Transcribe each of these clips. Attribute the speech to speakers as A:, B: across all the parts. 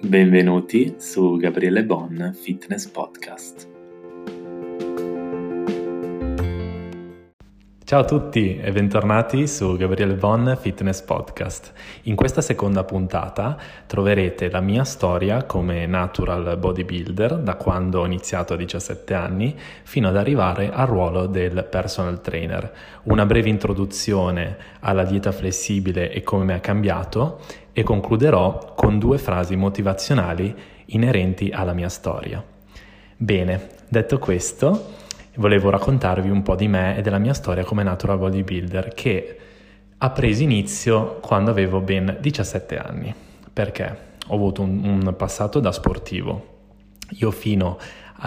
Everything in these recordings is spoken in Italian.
A: Benvenuti su Gabriele Bon Fitness Podcast.
B: Ciao a tutti e bentornati su Gabriele Bon Fitness Podcast. In questa seconda puntata troverete la mia storia come natural bodybuilder da quando ho iniziato a 17 anni fino ad arrivare al ruolo del personal trainer. Una breve introduzione alla dieta flessibile e come mi ha cambiato e concluderò con 2 frasi motivazionali inerenti alla mia storia. Bene, detto questo, volevo raccontarvi un po' di me e della mia storia come natural bodybuilder che ha preso inizio quando avevo ben 17 anni. Perché? Ho avuto un passato da sportivo. Io fino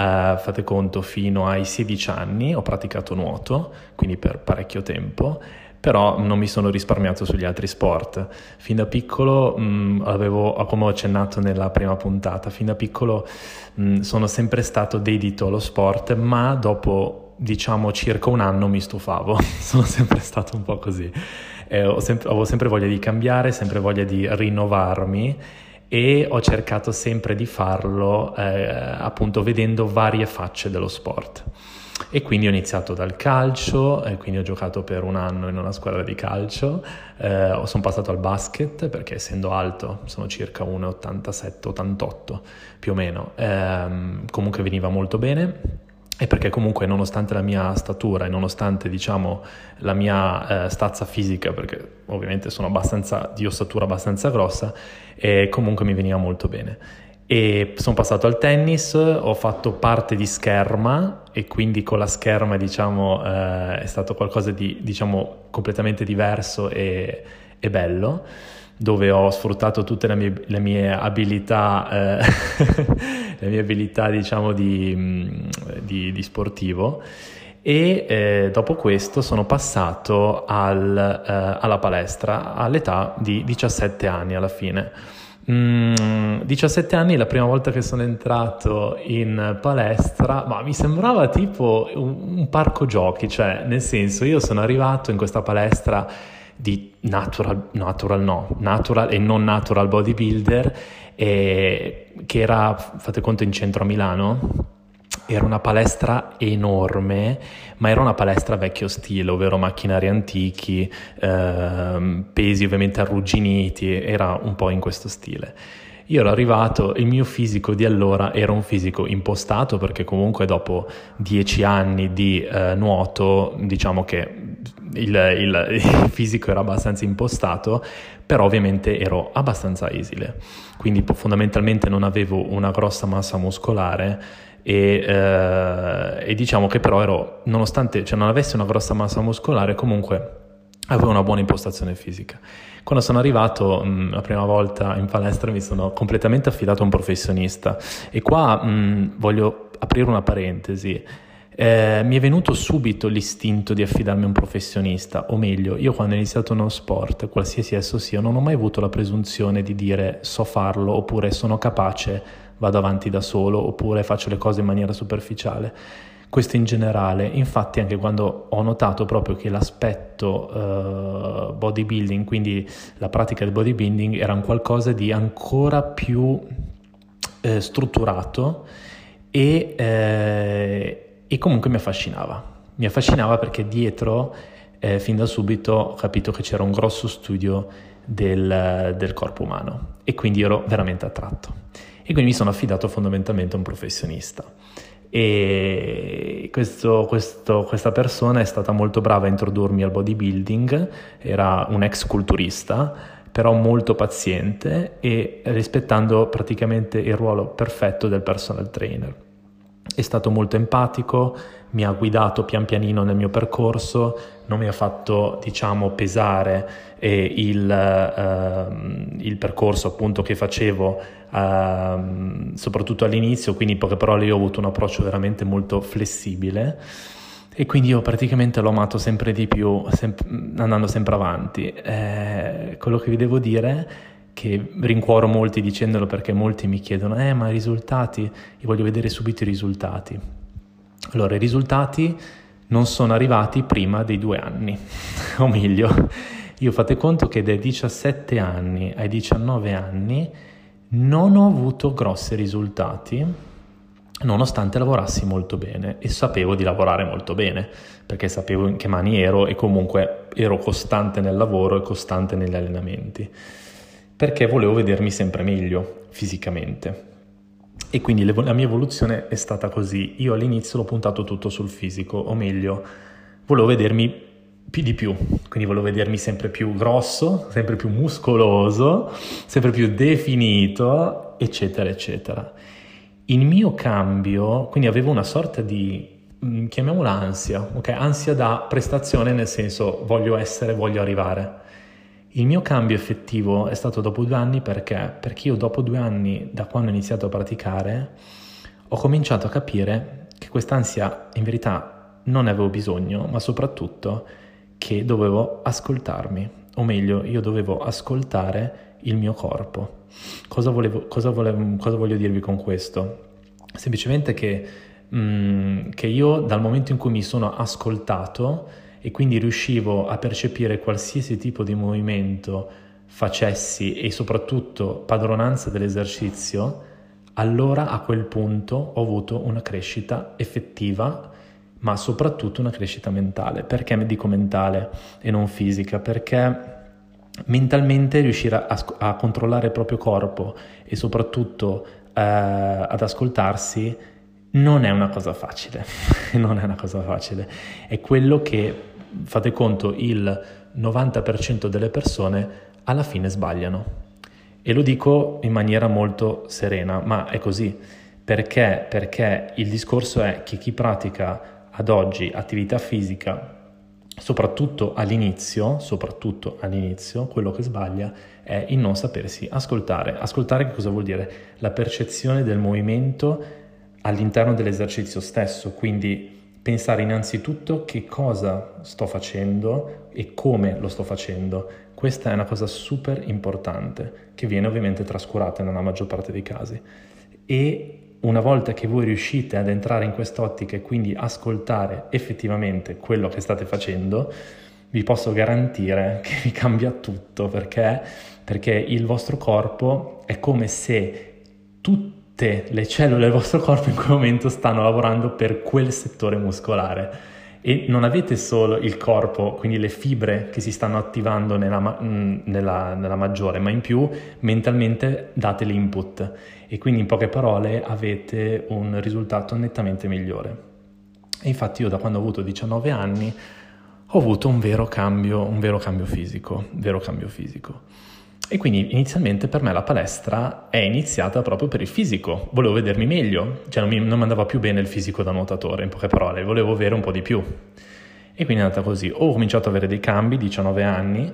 B: ai 16 anni ho praticato nuoto, quindi per parecchio tempo, però non mi sono risparmiato sugli altri sport. Fin da piccolo come ho accennato nella prima puntata, fin da piccolo sono sempre stato dedito allo sport, ma dopo circa un anno mi stufavo. Sono sempre stato un po' così. Avevo sempre voglia di cambiare, sempre voglia di rinnovarmi e ho cercato sempre di farlo appunto vedendo varie facce dello sport. E quindi ho iniziato dal calcio, e quindi ho giocato per un anno in una squadra di calcio, sono passato al basket perché essendo alto, sono circa 1,87-88 più o meno, comunque veniva molto bene e perché comunque nonostante la mia statura e nonostante la mia stazza fisica, perché ovviamente sono di ossatura abbastanza grossa, comunque mi veniva molto bene. E sono passato al tennis, ho fatto parte di scherma e quindi con la scherma è stato qualcosa di completamente diverso e bello, dove ho sfruttato tutte le mie abilità di sportivo e dopo questo sono passato alla palestra all'età di 17 anni alla fine. 17 anni, la prima volta che sono entrato in palestra, ma mi sembrava tipo un parco giochi, cioè nel senso io sono arrivato in questa palestra di natural e non natural bodybuilder che era, fate conto, in centro a Milano. Era una palestra enorme, ma era una palestra vecchio stile, ovvero macchinari antichi, pesi ovviamente arrugginiti, era un po' in questo stile. Io ero arrivato, il mio fisico di allora era un fisico impostato, perché comunque dopo 10 anni di nuoto, diciamo che il fisico era abbastanza impostato, però ovviamente ero abbastanza esile. Quindi fondamentalmente non avevo una grossa massa muscolare, e diciamo che però nonostante non avessi una grossa massa muscolare, comunque avevo una buona impostazione fisica. Quando sono arrivato la prima volta in palestra mi sono completamente affidato a un professionista e qua voglio aprire una parentesi. Mi è venuto subito l'istinto di affidarmi a un professionista, o meglio, io quando ho iniziato uno sport, qualsiasi esso sia, non ho mai avuto la presunzione di dire so farlo, oppure sono capace, vado avanti da solo, oppure faccio le cose in maniera superficiale. Questo in generale. Infatti anche quando ho notato proprio che l'aspetto bodybuilding, quindi la pratica del bodybuilding, era un qualcosa di ancora più strutturato e comunque mi affascinava perché dietro fin da subito ho capito che c'era un grosso studio del corpo umano e quindi ero veramente attratto e quindi mi sono affidato fondamentalmente a un professionista e questa persona è stata molto brava a introdurmi al bodybuilding. Era un ex culturista, però molto paziente e rispettando praticamente il ruolo perfetto del personal trainer. È stato molto empatico, mi ha guidato pian pianino nel mio percorso, non mi ha fatto pesare il percorso appunto che facevo soprattutto all'inizio, quindi in poche parole io ho avuto un approccio veramente molto flessibile e quindi io praticamente l'ho amato sempre di più, andando sempre avanti. Quello che vi devo dire, che rincuoro molti dicendolo perché molti mi chiedono ma i risultati, io voglio vedere subito i risultati. Allora, i risultati non sono arrivati prima dei 2 anni, o meglio, io fate conto che dai 17 anni ai 19 anni Non ho avuto grossi risultati, nonostante lavorassi molto bene, e sapevo di lavorare molto bene, perché sapevo in che mani ero e comunque ero costante nel lavoro e costante negli allenamenti, perché volevo vedermi sempre meglio fisicamente. E quindi la mia evoluzione è stata così. Io all'inizio l'ho puntato tutto sul fisico, o meglio, volevo vedermi più di più, quindi volevo vedermi sempre più grosso, sempre più muscoloso, sempre più definito, eccetera, eccetera. Il mio cambio, quindi avevo una sorta di, chiamiamola ansia, ok? Ansia da prestazione, nel senso voglio arrivare. Il mio cambio effettivo è stato dopo 2 anni, perché io dopo 2 anni, da quando ho iniziato a praticare, ho cominciato a capire che quest'ansia in verità non ne avevo bisogno, ma soprattutto che dovevo ascoltarmi, o meglio, io dovevo ascoltare il mio corpo. Cosa voglio dirvi con questo? Semplicemente che io, dal momento in cui mi sono ascoltato e quindi riuscivo a percepire qualsiasi tipo di movimento facessi, e soprattutto padronanza dell'esercizio, allora a quel punto ho avuto una crescita effettiva, ma soprattutto una crescita mentale. Perché dico mentale e non fisica? Perché mentalmente riuscire a controllare il proprio corpo e soprattutto ad ascoltarsi non è una cosa facile. Non è una cosa facile. È quello che, fate conto, il 90% delle persone alla fine sbagliano. E lo dico in maniera molto serena, ma è così. Perché? Perché il discorso è che chi pratica ad oggi attività fisica, soprattutto all'inizio, quello che sbaglia è il non sapersi ascoltare. Ascoltare che cosa vuol dire? La percezione del movimento all'interno dell'esercizio stesso, quindi pensare innanzitutto che cosa sto facendo e come lo sto facendo. Questa è una cosa super importante che viene ovviamente trascurata nella maggior parte dei casi. E una volta che voi riuscite ad entrare in quest'ottica e quindi ascoltare effettivamente quello che state facendo, vi posso garantire che vi cambia tutto. Perché il vostro corpo è come se tutte le cellule del vostro corpo in quel momento stanno lavorando per quel settore muscolare. E non avete solo il corpo, quindi le fibre che si stanno attivando nella maggiore, ma in più mentalmente date l'input e quindi in poche parole avete un risultato nettamente migliore. E infatti io da quando ho avuto 19 anni ho avuto un vero cambio fisico. E quindi inizialmente per me la palestra è iniziata proprio per il fisico, volevo vedermi meglio, cioè non mi andava più bene il fisico da nuotatore, in poche parole, volevo avere un po' di più. E quindi è andata così, ho cominciato ad avere dei cambi, 19 anni,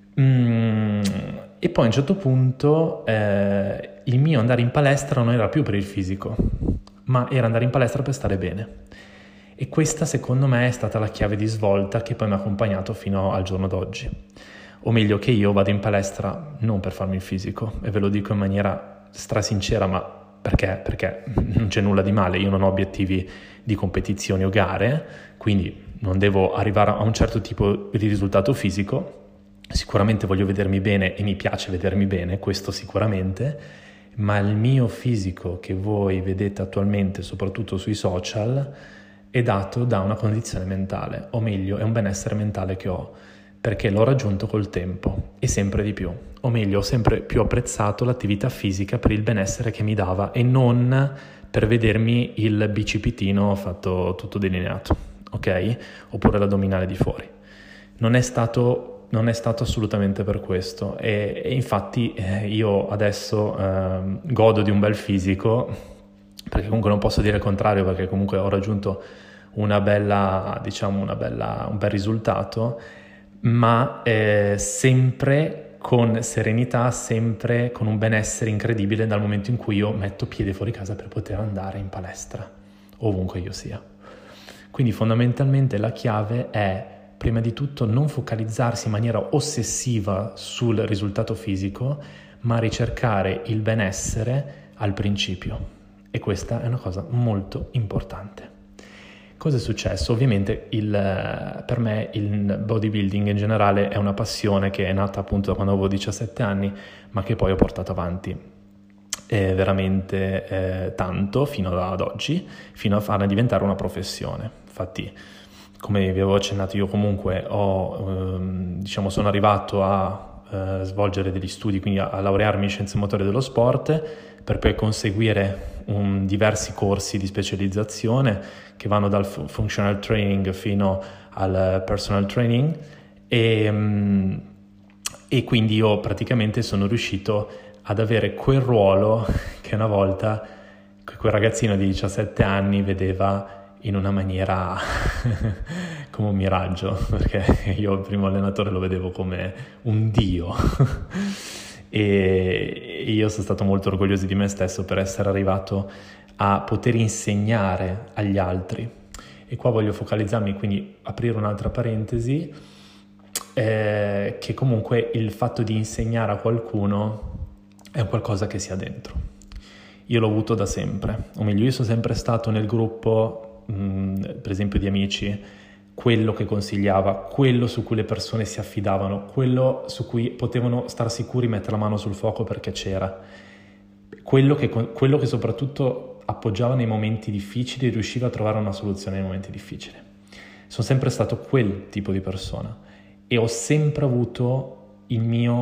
B: e poi a un certo punto il mio andare in palestra non era più per il fisico, ma era andare in palestra per stare bene. E questa secondo me è stata la chiave di svolta che poi mi ha accompagnato fino al giorno d'oggi. O meglio, che io vado in palestra non per farmi il fisico, e ve lo dico in maniera strasincera, ma perché non c'è nulla di male, io non ho obiettivi di competizioni o gare, quindi non devo arrivare a un certo tipo di risultato fisico, sicuramente voglio vedermi bene e mi piace vedermi bene, questo sicuramente, ma il mio fisico che voi vedete attualmente, soprattutto sui social, è dato da una condizione mentale, o meglio, è un benessere mentale che ho, perché l'ho raggiunto col tempo e sempre di più, o meglio ho sempre più apprezzato l'attività fisica per il benessere che mi dava e non per vedermi il bicipitino fatto tutto delineato, ok? Oppure l'addominale di fuori. Non è stato assolutamente per questo e infatti io adesso godo di un bel fisico, perché comunque non posso dire il contrario, perché comunque ho raggiunto un bel risultato, ma sempre con serenità, sempre con un benessere incredibile dal momento in cui io metto piede fuori casa per poter andare in palestra, ovunque io sia. Quindi fondamentalmente la chiave è, prima di tutto, non focalizzarsi in maniera ossessiva sul risultato fisico, ma ricercare il benessere al principio. E questa è una cosa molto importante. Cosa è successo? Ovviamente per me il bodybuilding in generale è una passione che è nata appunto da quando avevo 17 anni, ma che poi ho portato avanti veramente tanto fino ad oggi, fino a farla diventare una professione. Infatti, come vi avevo accennato, io comunque sono arrivato a svolgere degli studi, quindi a laurearmi in scienze motorie dello sport, per poi conseguire diversi corsi di specializzazione che vanno dal functional training fino al personal training, e quindi io praticamente sono riuscito ad avere quel ruolo che una volta quel ragazzino di 17 anni vedeva in una maniera come un miraggio, perché io il primo allenatore lo vedevo come un dio e io sono stato molto orgoglioso di me stesso per essere arrivato a poter insegnare agli altri. E qua voglio focalizzarmi, quindi aprire un'altra parentesi, che comunque il fatto di insegnare a qualcuno è un qualcosa che si ha dentro. Io l'ho avuto da sempre, o meglio, io sono sempre stato nel gruppo, per esempio di amici, quello che consigliava, quello su cui le persone si affidavano, quello su cui potevano star sicuri mettere la mano sul fuoco perché c'era, quello che soprattutto appoggiava nei momenti difficili e riusciva a trovare una soluzione nei momenti difficili. Sono sempre stato quel tipo di persona e ho sempre avuto la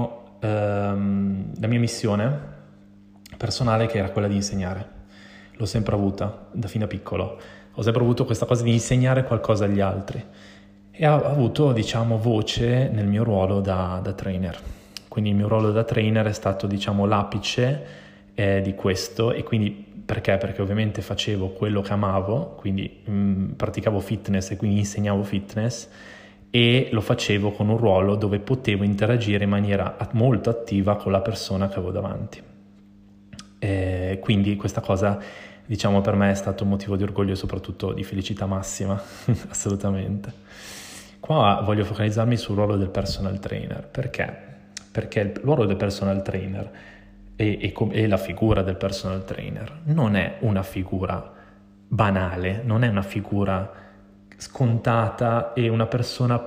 B: mia missione personale, che era quella di insegnare. L'ho sempre avuta da fin da piccolo. Ho sempre avuto questa cosa di insegnare qualcosa agli altri e ho avuto, voce nel mio ruolo da trainer. Quindi il mio ruolo da trainer è stato, l'apice di questo. E quindi perché? Perché ovviamente facevo quello che amavo, quindi praticavo fitness e quindi insegnavo fitness, e lo facevo con un ruolo dove potevo interagire in maniera molto attiva con la persona che avevo davanti. Quindi questa cosa, per me è stato un motivo di orgoglio e soprattutto di felicità massima, assolutamente. Qua voglio focalizzarmi sul ruolo del personal trainer. Perché? Perché il ruolo del personal trainer e la figura del personal trainer non è una figura banale, non è una figura scontata e una persona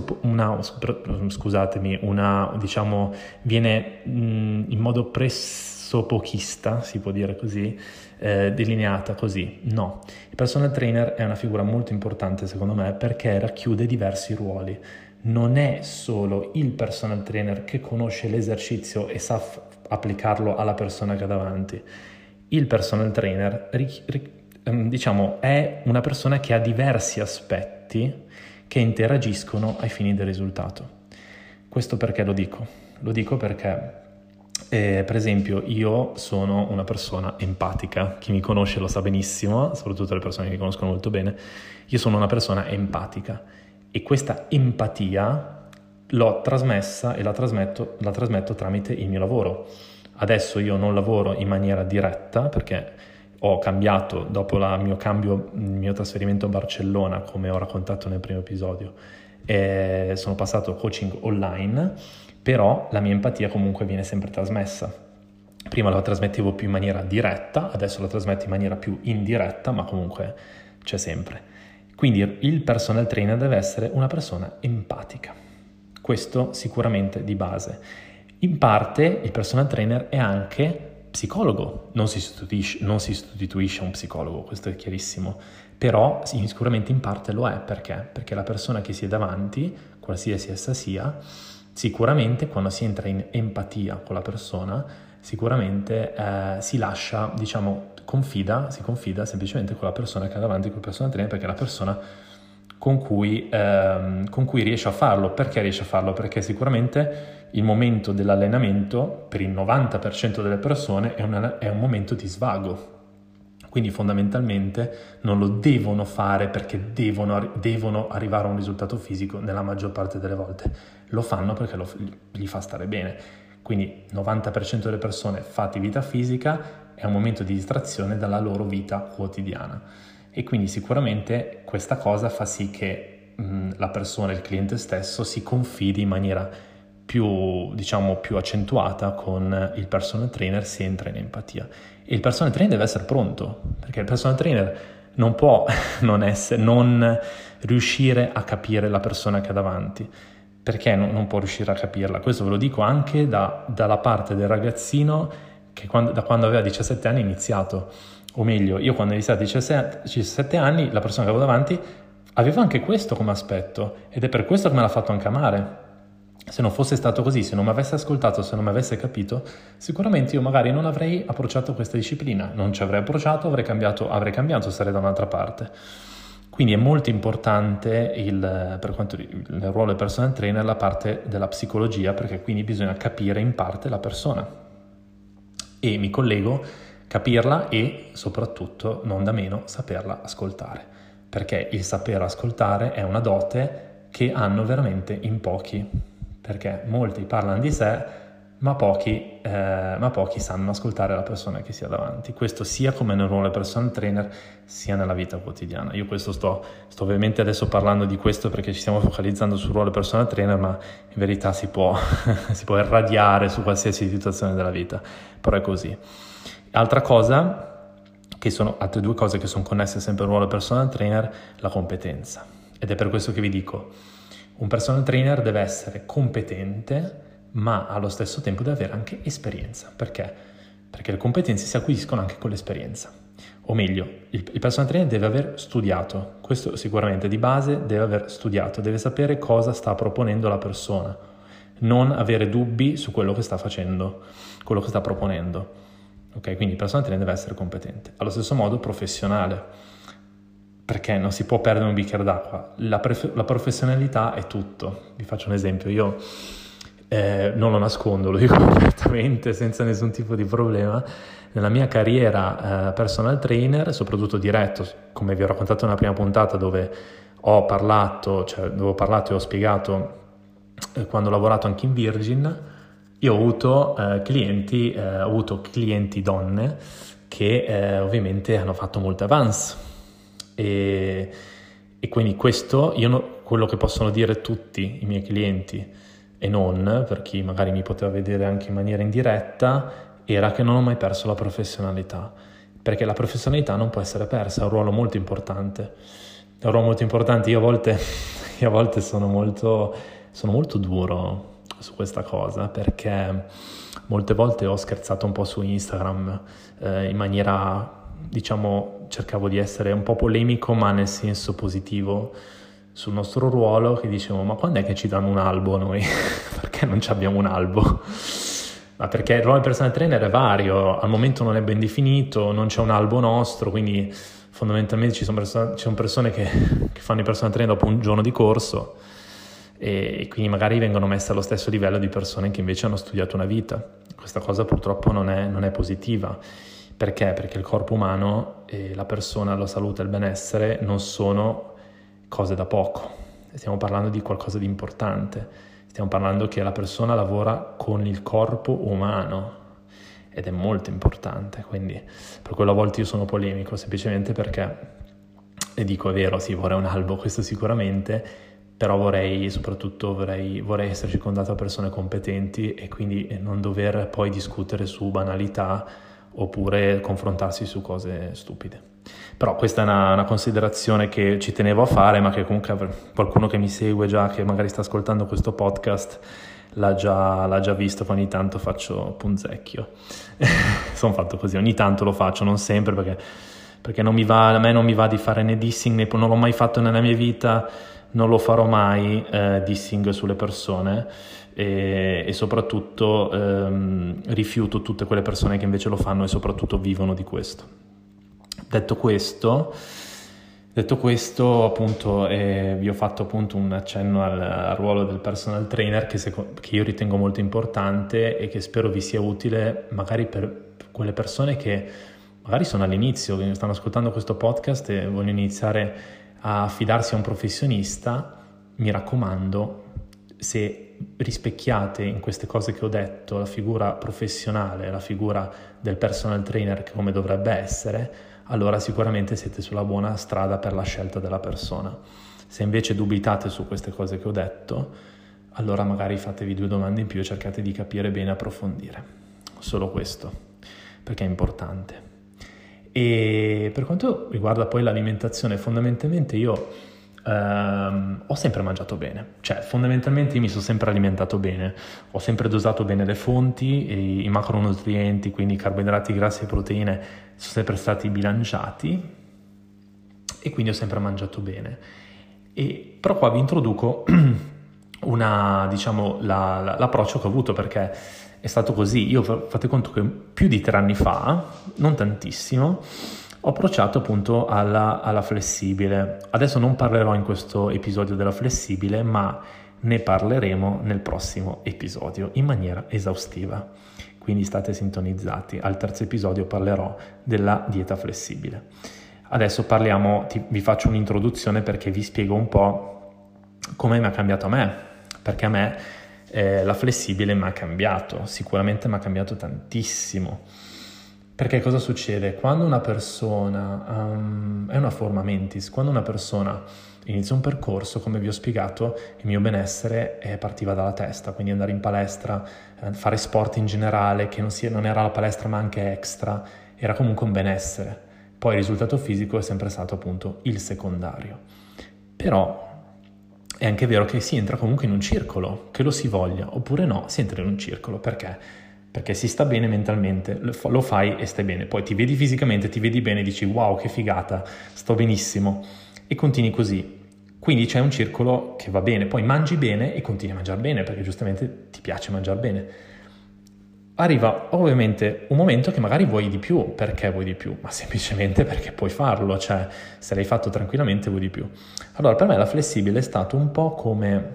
B: viene in modo pressopochista, si può dire così, delineata così. No, il personal trainer è una figura molto importante secondo me, perché racchiude diversi ruoli. Non è solo il personal trainer che conosce l'esercizio e sa applicarlo alla persona che ha davanti. Il personal trainer è una persona che ha diversi aspetti che interagiscono ai fini del risultato. Questo perché lo dico? Lo dico perché, per esempio, io sono una persona empatica. Chi mi conosce lo sa benissimo, soprattutto le persone che mi conoscono molto bene. Io sono una persona empatica e questa empatia l'ho trasmessa e la trasmetto tramite il mio lavoro. Adesso io non lavoro in maniera diretta perché ho cambiato dopo il mio trasferimento a Barcellona, come ho raccontato nel primo episodio, sono passato a coaching online, però la mia empatia comunque viene sempre trasmessa. Prima la trasmettevo più in maniera diretta, adesso la trasmetto in maniera più indiretta, ma comunque c'è sempre. Quindi il personal trainer deve essere una persona empatica. Questo sicuramente di base. In parte il personal trainer è anche psicologo, non si sostituisce a un psicologo, questo è chiarissimo, però sicuramente in parte lo è. Perché? Perché la persona che si è davanti, qualsiasi essa sia, sicuramente quando si entra in empatia con la persona, sicuramente si lascia, si confida semplicemente con la persona che ha davanti, con il personal trainer, perché è la persona con cui riesce a farlo. Perché riesce a farlo? Perché sicuramente il momento dell'allenamento per il 90% delle persone è un momento di svago, quindi fondamentalmente non lo devono fare perché devono arrivare a un risultato fisico nella maggior parte delle volte, lo fanno perché gli fa stare bene. Quindi 90% delle persone fa attività fisica, è un momento di distrazione dalla loro vita quotidiana, e quindi sicuramente questa cosa fa sì che la persona, il cliente stesso, si confidi in maniera più accentuata con il personal trainer, si entra in empatia. E il personal trainer deve essere pronto, perché il personal trainer non può non riuscire a capire la persona che ha davanti. Perché non può riuscire a capirla? Questo ve lo dico anche dalla parte del ragazzino che da quando aveva 17 anni è iniziato, o meglio, io quando ho iniziato a 17 anni, la persona che avevo davanti aveva anche questo come aspetto, ed è per questo che me l'ha fatto anche amare. Se non fosse stato così, se non mi avesse ascoltato, se non mi avesse capito, sicuramente io magari non avrei approcciato questa disciplina, non ci avrei approcciato, avrei cambiato, sarei da un'altra parte. Quindi è molto importante per quanto il ruolo del personal trainer, la parte della psicologia, perché quindi bisogna capire in parte la persona. E mi collego, capirla e soprattutto, non da meno, saperla ascoltare. Perché il saper ascoltare è una dote che hanno veramente in pochi. Perché molti parlano di sé, ma pochi sanno ascoltare la persona che si ha davanti. Questo sia come nel ruolo del personal trainer, sia nella vita quotidiana. Io questo sto ovviamente adesso parlando di questo perché ci stiamo focalizzando sul ruolo del personal trainer, ma in verità si può irradiare su qualsiasi situazione della vita, però è così. Altre due cose che sono connesse sempre al ruolo del personal trainer, la competenza. Ed è per questo che vi dico, un personal trainer deve essere competente, ma allo stesso tempo deve avere anche esperienza. Perché? Perché le competenze si acquisiscono anche con l'esperienza. O meglio, il personal trainer deve aver studiato, questo sicuramente di base deve aver studiato, deve sapere cosa sta proponendo la persona, non avere dubbi su quello che sta facendo, quello che sta proponendo. Ok, quindi il personal trainer deve essere competente. Allo stesso modo professionale, perché non si può perdere un bicchiere d'acqua. La professionalità è tutto. Vi faccio un esempio, io non lo nascondo, lo dico apertamente senza nessun tipo di problema. Nella mia carriera personal trainer, soprattutto diretto, come vi ho raccontato nella prima puntata dove ho parlato e ho spiegato quando ho lavorato anche in Virgin, io ho avuto clienti donne che ovviamente hanno fatto molte avance e quindi questo quello che possono dire tutti i miei clienti e non, per chi magari mi poteva vedere anche in maniera indiretta, era che non ho mai perso la professionalità, perché la professionalità non può essere persa, è un ruolo molto importante. Io a volte sono molto duro su questa cosa, perché molte volte ho scherzato un po' su Instagram in maniera, diciamo, cercavo di essere un po' polemico, ma nel senso positivo sul nostro ruolo, che dicevo: ma quando è che ci danno un albo noi? Perché non abbiamo un albo? Ma perché il ruolo del personal trainer è vario, al momento non è ben definito, non c'è un albo nostro, quindi fondamentalmente ci sono persone che fanno il personal trainer dopo un giorno di corso e quindi magari vengono messe allo stesso livello di persone che invece hanno studiato una vita. Questa cosa purtroppo non è positiva. Perché? Perché il corpo umano e la persona, la salute e il benessere non sono cose da poco. Stiamo parlando di qualcosa di importante. Stiamo parlando che la persona lavora con il corpo umano ed è molto importante, quindi per quello a volte io sono polemico, semplicemente perché dico: è vero, sì, vorrei un albo, questo sicuramente, però vorrei essere circondato da persone competenti e quindi non dover poi discutere su banalità oppure confrontarsi su cose stupide. Però questa è una considerazione che ci tenevo a fare, ma che comunque qualcuno che mi segue già, che magari sta ascoltando questo podcast, l'ha già visto, che ogni tanto faccio punzecchio. Sono fatto così, ogni tanto lo faccio, non sempre, perché a me non mi va di fare né dissing, né non l'ho mai fatto nella mia vita, non lo farò mai, dissing sulle persone, e soprattutto rifiuto tutte quelle persone che invece lo fanno e soprattutto vivono di questo. Detto questo, appunto, vi ho fatto appunto un accenno al ruolo del personal trainer che io ritengo molto importante e che spero vi sia utile magari per quelle persone che magari sono all'inizio, che stanno ascoltando questo podcast e vogliono iniziare a affidarsi a un professionista. Mi raccomando, se rispecchiate in queste cose che ho detto la figura professionale, la figura del personal trainer come dovrebbe essere, allora sicuramente siete sulla buona strada per la scelta della persona. Se invece dubitate su queste cose che ho detto, allora magari fatevi 2 domande in più e cercate di capire bene e approfondire. Solo questo, perché è importante. E per quanto riguarda poi l'alimentazione, fondamentalmente io ho sempre mangiato bene, cioè fondamentalmente io mi sono sempre alimentato bene, ho sempre dosato bene le fonti, i macronutrienti, quindi carboidrati, grassi e proteine sono sempre stati bilanciati e quindi ho sempre mangiato bene. Però qua vi introduco l'approccio che ho avuto, perché è stato così. Io fate conto che più di 3 anni fa, non tantissimo, ho approcciato appunto alla flessibile. Adesso non parlerò in questo episodio della flessibile, ma ne parleremo nel prossimo episodio in maniera esaustiva. Quindi state sintonizzati. Al terzo episodio parlerò della dieta flessibile. Adesso vi faccio un'introduzione perché vi spiego un po' come mi ha cambiato a me, perché a me la flessibile mi ha cambiato, sicuramente mi ha cambiato tantissimo. Perché cosa succede? Quando una persona, è una forma mentis, quando una persona inizia un percorso, come vi ho spiegato, il mio benessere partiva dalla testa, quindi andare in palestra, fare sport in generale, che non era la palestra ma anche extra, era comunque un benessere. Poi il risultato fisico è sempre stato appunto il secondario. Però è anche vero che si entra comunque in un circolo, che lo si voglia oppure no, si entra in un circolo. Perché? Perché si sta bene mentalmente, lo fai e stai bene, poi ti vedi fisicamente, ti vedi bene, dici wow che figata, sto benissimo e continui così. Quindi c'è un circolo che va bene, poi mangi bene e continui a mangiare bene perché giustamente ti piace mangiare bene. Arriva ovviamente un momento che magari vuoi di più. Perché vuoi di più? Ma semplicemente perché puoi farlo, cioè se l'hai fatto tranquillamente vuoi di più. Allora per me la flessibile è stato un po' come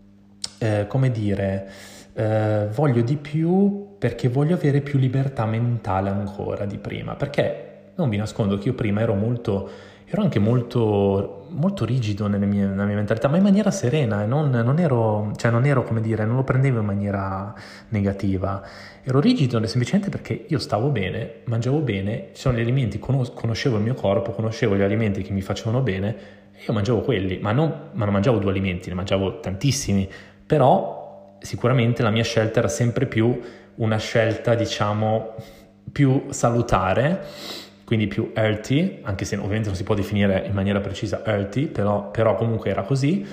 B: dire, voglio di più perché voglio avere più libertà mentale ancora di prima, perché non vi nascondo che io prima ero anche molto rigido nella mia mentalità, ma in maniera serena, e non ero, come dire, non lo prendevo in maniera negativa, ero rigido semplicemente perché io stavo bene, mangiavo bene, ci sono gli alimenti, conoscevo il mio corpo, conoscevo gli alimenti che mi facevano bene e io mangiavo quelli, ma non mangiavo 2 alimenti, ne mangiavo tantissimi, però sicuramente la mia scelta era sempre più una scelta, diciamo, più salutare, quindi più healthy, anche se ovviamente non si può definire in maniera precisa healthy, però comunque era così,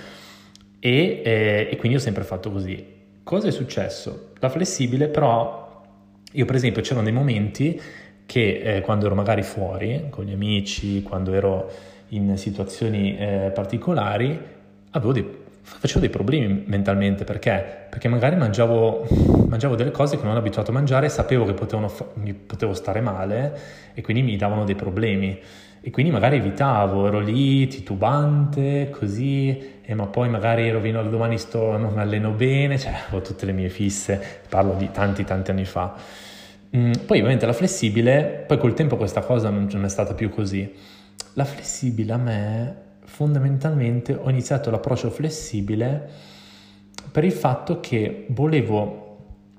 B: e quindi ho sempre fatto così. Cosa è successo? La flessibile, però, io per esempio c'erano dei momenti che quando ero magari fuori con gli amici, quando ero in situazioni particolari, facevo dei problemi mentalmente. Perché magari mangiavo delle cose che non ero abituato a mangiare, sapevo che mi potevo stare male e quindi mi davano dei problemi e quindi magari evitavo, ero lì titubante così, ma poi magari rovino domani non mi alleno bene, cioè ho tutte le mie fisse, parlo di tanti anni fa. Poi ovviamente la flessibile, poi col tempo questa cosa non è stata più così. La flessibile a me, fondamentalmente ho iniziato l'approccio flessibile per il fatto che volevo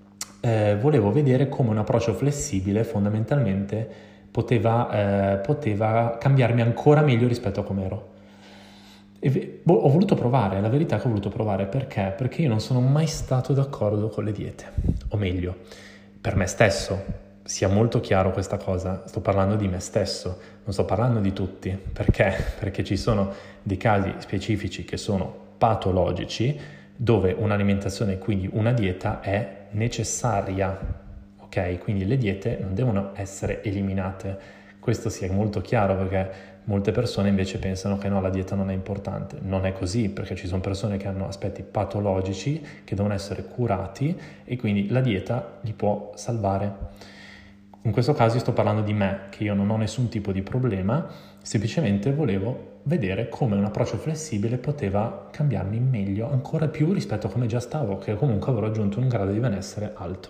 B: vedere come un approccio flessibile fondamentalmente poteva cambiarmi ancora meglio rispetto a come ero. Ho voluto provare, la verità è che ho voluto provare. Perché? Perché io non sono mai stato d'accordo con le diete, o meglio, per me stesso. Sia molto chiaro questa cosa, sto parlando di me stesso, non sto parlando di tutti. Perché? Perché ci sono dei casi specifici che sono patologici, dove un'alimentazione, quindi una dieta, è necessaria, ok? Quindi le diete non devono essere eliminate, questo sia molto chiaro, perché molte persone invece pensano che no, la dieta non è importante. Non è così, perché ci sono persone che hanno aspetti patologici che devono essere curati e quindi la dieta li può salvare. In questo caso io sto parlando di me, che io non ho nessun tipo di problema, semplicemente volevo vedere come un approccio flessibile poteva cambiarmi meglio, ancora più rispetto a come già stavo, che comunque avrò raggiunto un grado di benessere alto.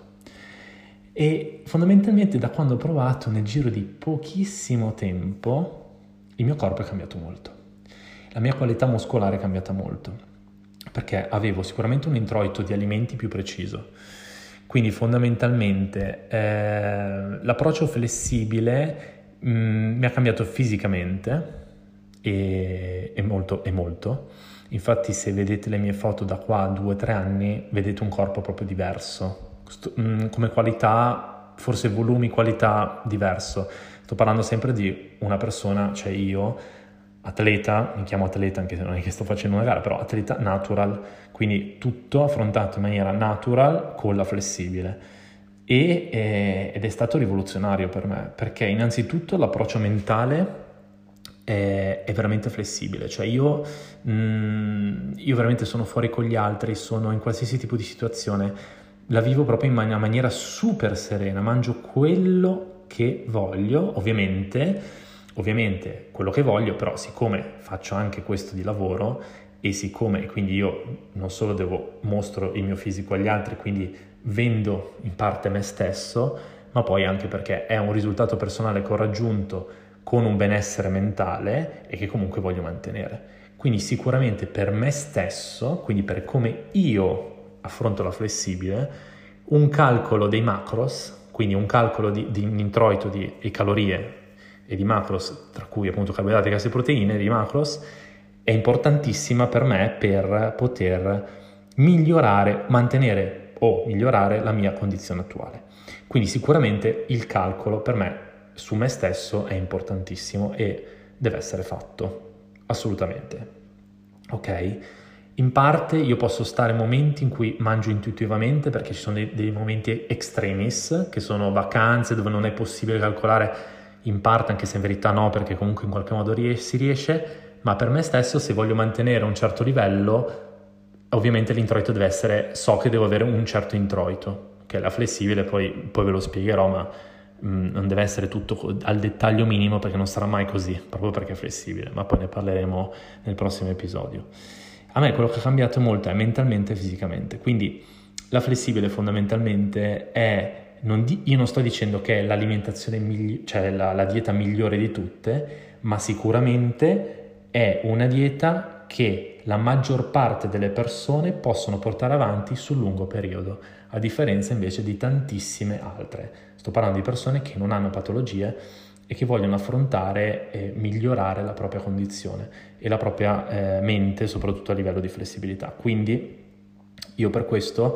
B: E fondamentalmente da quando ho provato, nel giro di pochissimo tempo, il mio corpo è cambiato molto. La mia qualità muscolare è cambiata molto, perché avevo sicuramente un introito di alimenti più preciso. Quindi fondamentalmente l'approccio flessibile mi ha cambiato fisicamente e molto. Infatti se vedete le mie foto da qua a 2 o 3 anni vedete un corpo proprio diverso, come qualità, forse volumi, qualità diverso. Sto parlando sempre di una persona, cioè io, atleta, mi chiamo atleta anche se non è che sto facendo una gara, però atleta natural, quindi tutto affrontato in maniera natural con la flessibile. Ed è stato rivoluzionario per me, perché innanzitutto l'approccio mentale è veramente flessibile, cioè io veramente sono fuori con gli altri, sono in qualsiasi tipo di situazione, la vivo proprio in una maniera super serena, mangio quello che voglio, ovviamente quello che voglio, però siccome faccio anche questo di lavoro e siccome quindi io non solo mostro il mio fisico agli altri, quindi vendo in parte me stesso, ma poi anche perché è un risultato personale che ho raggiunto con un benessere mentale e che comunque voglio mantenere. Quindi sicuramente per me stesso, quindi per come io affronto la flessibile, un calcolo dei macros, quindi un calcolo di introito di calorie e di macros, tra cui appunto carboidrati, grassi e proteine, di macros, è importantissima per me per poter migliorare, mantenere o migliorare la mia condizione attuale. Quindi sicuramente il calcolo per me su me stesso è importantissimo e deve essere fatto, assolutamente. Ok? In parte io posso stare momenti in cui mangio intuitivamente perché ci sono dei momenti extremis, che sono vacanze dove non è possibile calcolare, in parte anche se in verità no, perché comunque in qualche modo si riesce, ma per me stesso se voglio mantenere un certo livello, ovviamente l'introito deve essere, so che devo avere un certo introito, che è la flessibile, poi ve lo spiegherò, ma non deve essere tutto al dettaglio minimo perché non sarà mai così, proprio perché è flessibile, ma poi ne parleremo nel prossimo episodio. A me quello che ha cambiato molto è mentalmente e fisicamente, quindi la flessibile fondamentalmente è, io non sto dicendo che è l'alimentazione, cioè la dieta migliore di tutte, ma sicuramente è una dieta che la maggior parte delle persone possono portare avanti sul lungo periodo, a differenza invece di tantissime altre. Sto parlando di persone che non hanno patologie e che vogliono affrontare e migliorare la propria condizione e la propria mente, soprattutto a livello di flessibilità. Quindi io per questo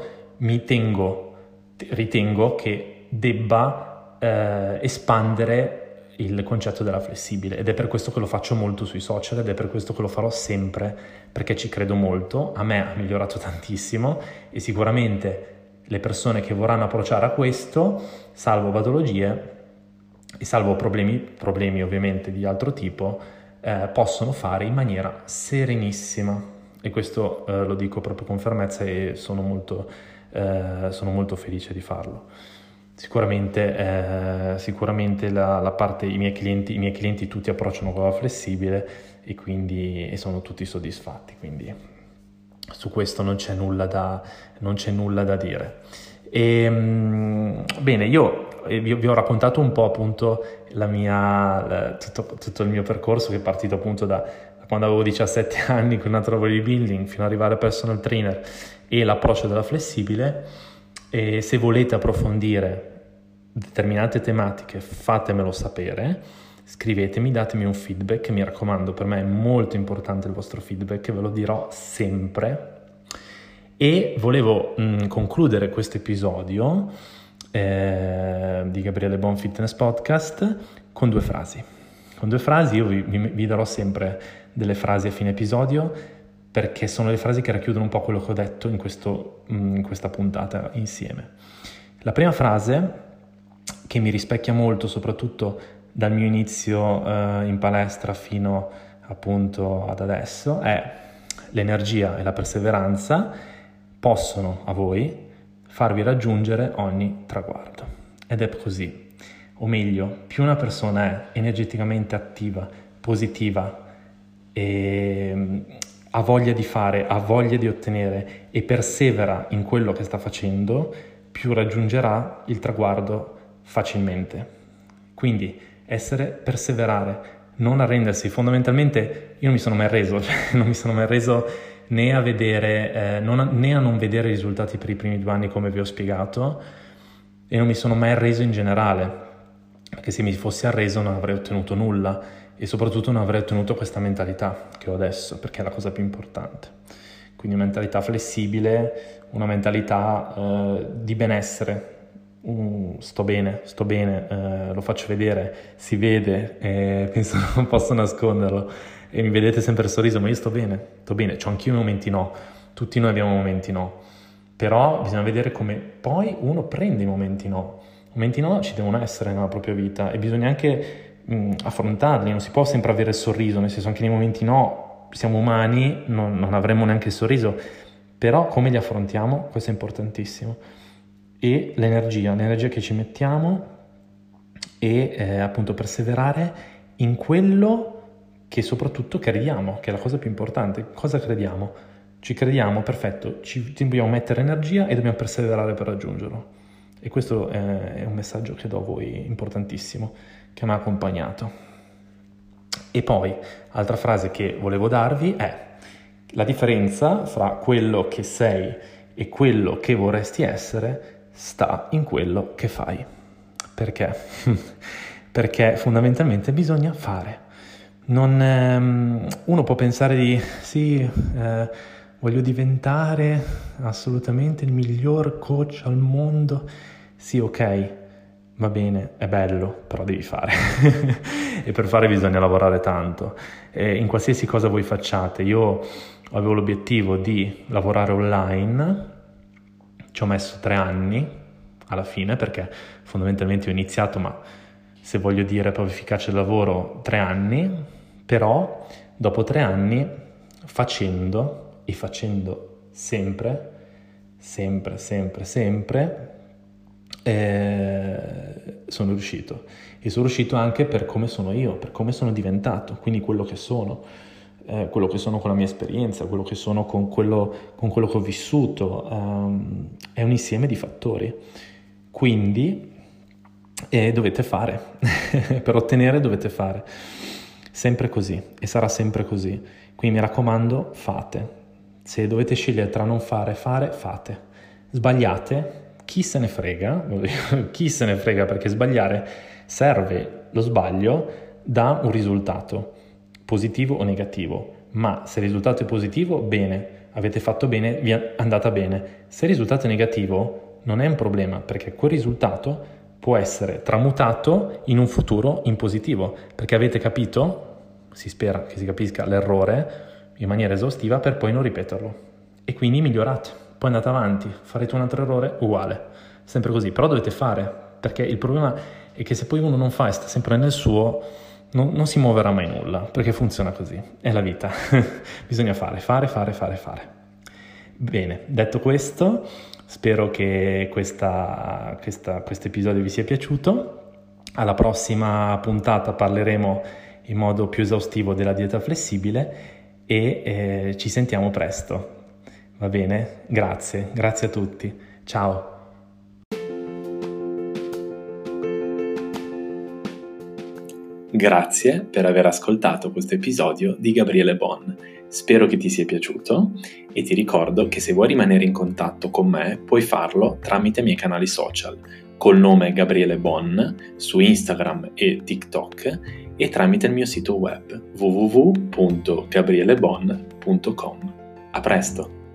B: ritengo che debba espandere il concetto della flessibile, ed è per questo che lo faccio molto sui social ed è per questo che lo farò sempre, perché ci credo molto. A me ha migliorato tantissimo e sicuramente le persone che vorranno approcciare a questo, salvo patologie e salvo problemi ovviamente di altro tipo, possono fare in maniera serenissima, e questo lo dico proprio con fermezza e sono molto felice di farlo. Sicuramente la parte, i miei clienti tutti approcciano con la flessibile e sono tutti soddisfatti, quindi su questo non c'è nulla da dire. Bene, io vi ho raccontato un po' appunto tutto il mio percorso, che è partito appunto da quando avevo 17 anni con natural bodybuilding fino ad arrivare a personal trainer e l'approccio della flessibile. E se volete approfondire determinate tematiche fatemelo sapere, scrivetemi, datemi un feedback, mi raccomando, per me è molto importante il vostro feedback, ve lo dirò sempre. E volevo concludere questo episodio di Gabriele Bon Fitness Podcast con due frasi. Io vi darò sempre delle frasi a fine episodio, perché sono le frasi che racchiudono un po' quello che ho detto in questa puntata insieme. La prima frase, che mi rispecchia molto, soprattutto dal mio inizio in palestra fino appunto ad adesso, è: l'energia e la perseveranza possono a voi farvi raggiungere ogni traguardo. Ed è così, o meglio, più una persona è energeticamente attiva, positiva e ha voglia di fare, ha voglia di ottenere e persevera in quello che sta facendo, più raggiungerà il traguardo facilmente. Quindi perseverare, non arrendersi. Fondamentalmente io non mi sono mai reso né a vedere né a non vedere i risultati per i primi 2 anni, come vi ho spiegato, e non mi sono mai arreso in generale, perché se mi fossi arreso non avrei ottenuto nulla e soprattutto non avrei ottenuto questa mentalità che ho adesso, perché è la cosa più importante. Quindi una mentalità flessibile, una mentalità di benessere, sto bene, lo faccio vedere, si vede, penso non posso nasconderlo, e mi vedete sempre il sorriso, ma io sto bene, c'ho anch'io i momenti no, tutti noi abbiamo momenti no, però bisogna vedere come poi uno prende i momenti no. Momenti no ci devono essere nella propria vita e bisogna anche affrontarli, non si può sempre avere il sorriso, nel senso anche nei momenti no, siamo umani, non avremo neanche il sorriso, però come li affrontiamo, questo è importantissimo. E l'energia che ci mettiamo e appunto perseverare in quello che soprattutto crediamo, che è la cosa più importante. Cosa crediamo? Ci crediamo, perfetto, ci dobbiamo mettere energia e dobbiamo perseverare per raggiungerlo. E questo è un messaggio che do a voi importantissimo, che mi ha accompagnato. E poi, altra frase che volevo darvi è: la differenza fra quello che sei e quello che vorresti essere sta in quello che fai. Perché? Perché fondamentalmente bisogna fare. Uno può pensare di voglio diventare assolutamente il miglior coach al mondo. Sì, ok, va bene, è bello, però devi fare. E per fare bisogna lavorare tanto. In qualsiasi cosa voi facciate. Io avevo l'obiettivo di lavorare online, ci ho messo 3 anni alla fine, perché fondamentalmente ho iniziato, ma se voglio dire proprio efficace il lavoro, 3 anni, però dopo 3 anni facendo sempre, sono riuscito. E sono riuscito anche per come sono io, per come sono diventato, quindi quello che sono con la mia esperienza, quello che sono con quello che ho vissuto, è un insieme di fattori. Quindi dovete fare, per ottenere dovete fare, sempre così, e sarà sempre così. Quindi mi raccomando, fate. Se dovete scegliere tra non fare, fate. Sbagliate, chi se ne frega, perché sbagliare serve, lo sbaglio dà un risultato, positivo o negativo, ma se il risultato è positivo, bene, avete fatto bene, vi è andata bene. Se il risultato è negativo, non è un problema, perché quel risultato può essere tramutato in un futuro in positivo, perché avete capito, si spera che si capisca l'errore in maniera esaustiva per poi non ripeterlo. E quindi migliorate, poi andate avanti, farete un altro errore uguale, sempre così, però dovete fare, perché il problema è che se poi uno non fa e sta sempre nel suo, non si muoverà mai nulla, perché funziona così, è la vita. Bisogna fare. Bene, detto questo, spero che questo episodio vi sia piaciuto. Alla prossima puntata parleremo in modo più esaustivo della dieta flessibile e ci sentiamo presto. Va bene? Grazie a tutti. Ciao.
A: Grazie per aver ascoltato questo episodio di Gabriele Bon. Spero che ti sia piaciuto e ti ricordo che se vuoi rimanere in contatto con me puoi farlo tramite i miei canali social col nome Gabriele Bon su Instagram e TikTok e tramite il mio sito web www.gabrielebon.com. A presto!